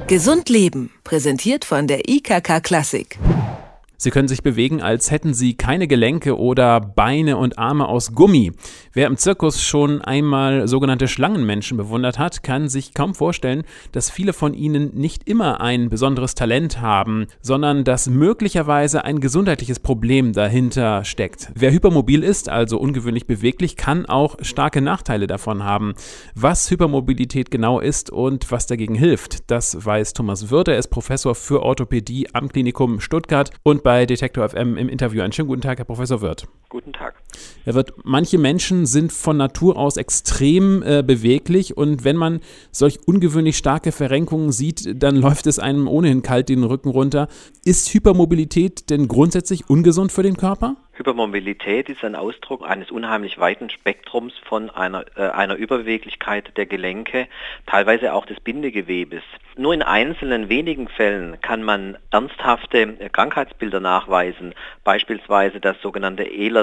Gesund Leben, präsentiert von der IKK Klassik. Sie können sich bewegen, als hätten Sie keine Gelenke oder Beine und Arme aus Gummi. Wer im Zirkus schon einmal sogenannte Schlangenmenschen bewundert hat, kann sich kaum vorstellen, dass viele von ihnen nicht immer ein besonderes Talent haben, sondern dass möglicherweise ein gesundheitliches Problem dahinter steckt. Wer hypermobil ist, also ungewöhnlich beweglich, kann auch starke Nachteile davon haben. Was Hypermobilität genau ist und was dagegen hilft, das weiß Thomas Wirth. Er ist Professor für Orthopädie am Klinikum Stuttgart und bei Detektor FM im Interview. Einen schönen guten Tag, Herr Professor Wirth. Guten Tag. Herr Wirth, manche Menschen sind von Natur aus extrem beweglich und wenn man solch ungewöhnlich starke Verrenkungen sieht, dann läuft es einem ohnehin kalt den Rücken runter. Ist Hypermobilität denn grundsätzlich ungesund für den Körper? Hypermobilität ist ein Ausdruck eines unheimlich weiten Spektrums von einer Überbeweglichkeit der Gelenke, teilweise auch des Bindegewebes. Nur in einzelnen wenigen Fällen kann man ernsthafte Krankheitsbilder nachweisen, beispielsweise das sogenannte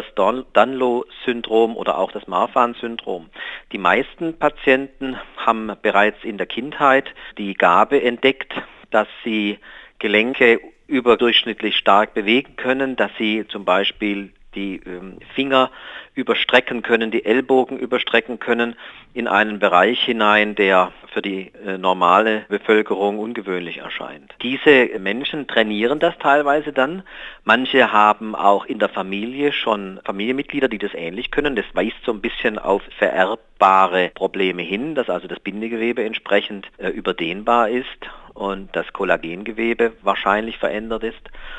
Ehlers-Danlos-Syndrom oder auch das Marfan-Syndrom. Die meisten Patienten haben bereits in der Kindheit die Gabe entdeckt, dass sie Gelenke überdurchschnittlich stark bewegen können, dass sie zum Beispiel die Finger überstrecken können, die Ellbogen überstrecken können in einen Bereich hinein, der für die normale Bevölkerung ungewöhnlich erscheint. Diese Menschen trainieren das teilweise dann. Manche haben auch in der Familie schon Familienmitglieder, die das ähnlich können. Das weist so ein bisschen auf vererbbare Probleme hin, dass also das Bindegewebe entsprechend überdehnbar ist und das Kollagengewebe wahrscheinlich verändert ist.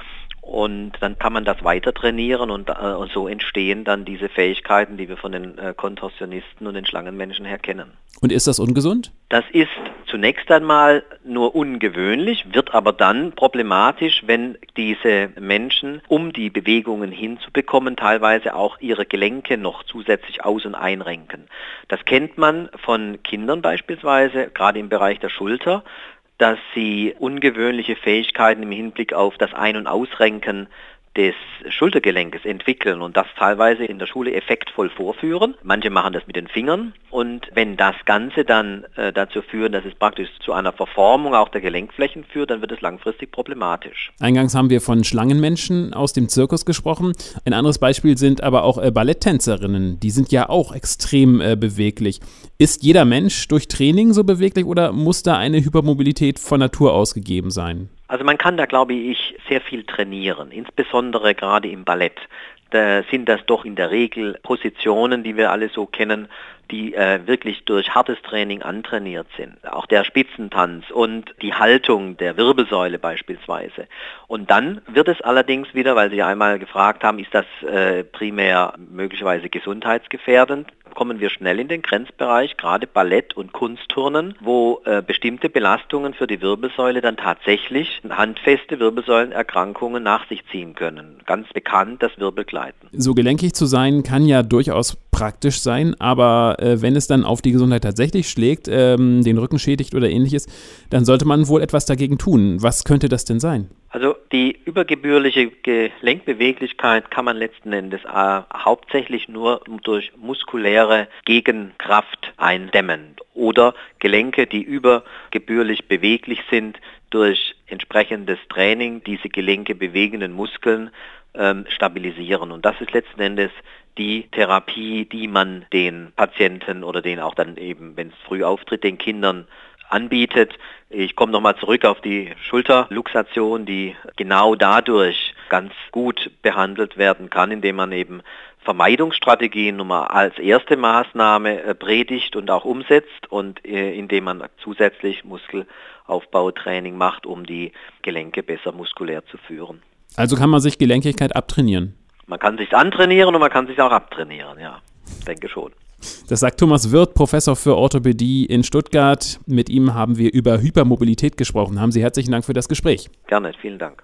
Und dann kann man das weiter trainieren und so entstehen dann diese Fähigkeiten, die wir von den Kontorsionisten und den Schlangenmenschen her kennen. Und ist das ungesund? Das ist zunächst einmal nur ungewöhnlich, wird aber dann problematisch, wenn diese Menschen, um die Bewegungen hinzubekommen, teilweise auch ihre Gelenke noch zusätzlich aus- und einrenken. Das kennt man von Kindern beispielsweise, gerade im Bereich der Schulter, dass sie ungewöhnliche Fähigkeiten im Hinblick auf das Ein- und Ausrenken des Schultergelenkes entwickeln und das teilweise in der Schule effektvoll vorführen. Manche machen das mit den Fingern und wenn das Ganze dann dazu führt, dass es praktisch zu einer Verformung auch der Gelenkflächen führt, dann wird es langfristig problematisch. Eingangs haben wir von Schlangenmenschen aus dem Zirkus gesprochen. Ein anderes Beispiel sind aber auch Balletttänzerinnen. Die sind ja auch extrem beweglich. Ist jeder Mensch durch Training so beweglich oder muss da eine Hypermobilität von Natur aus gegeben sein? Also man kann da, glaube ich, sehr viel trainieren, insbesondere gerade im Ballett. Da sind das doch in der Regel Positionen, die wir alle so kennen, die wirklich durch hartes Training antrainiert sind. Auch der Spitzentanz und die Haltung der Wirbelsäule beispielsweise. Und dann wird es allerdings wieder, weil Sie einmal gefragt haben, ist das primär möglicherweise gesundheitsgefährdend, kommen wir schnell in den Grenzbereich, gerade Ballett und Kunstturnen, wo bestimmte Belastungen für die Wirbelsäule dann tatsächlich handfeste Wirbelsäulenerkrankungen nach sich ziehen können. Ganz bekannt das Wirbelgleiten. So gelenkig zu sein kann ja durchaus praktisch sein, aber wenn es dann auf die Gesundheit tatsächlich schlägt, den Rücken schädigt oder ähnliches, dann sollte man wohl etwas dagegen tun. Was könnte das denn sein? Also die übergebührliche Gelenkbeweglichkeit kann man letzten Endes hauptsächlich nur durch muskuläre Gegenkraft eindämmen oder Gelenke, die übergebührlich beweglich sind, durch entsprechendes Training diese Gelenke bewegenden Muskeln stabilisieren. Und das ist letzten Endes die Therapie, die man den Patienten oder den auch dann eben, wenn es früh auftritt, den Kindern anbietet. Ich komme nochmal zurück auf die Schulterluxation, die genau dadurch ganz gut behandelt werden kann, indem man eben Vermeidungsstrategien nochmal als erste Maßnahme predigt und auch umsetzt und indem man zusätzlich Muskelaufbautraining macht, um die Gelenke besser muskulär zu führen. Also kann man sich Gelenkigkeit abtrainieren? Man kann sich antrainieren und man kann sich auch abtrainieren, ja, denke schon. Das sagt Thomas Wirth, Professor für Orthopädie in Stuttgart. Mit ihm haben wir über Hypermobilität gesprochen. Haben Sie herzlichen Dank für das Gespräch. Gerne, vielen Dank.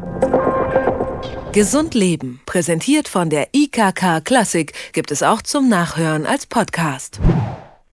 Gesund Leben, präsentiert von der IKK Klassik, gibt es auch zum Nachhören als Podcast.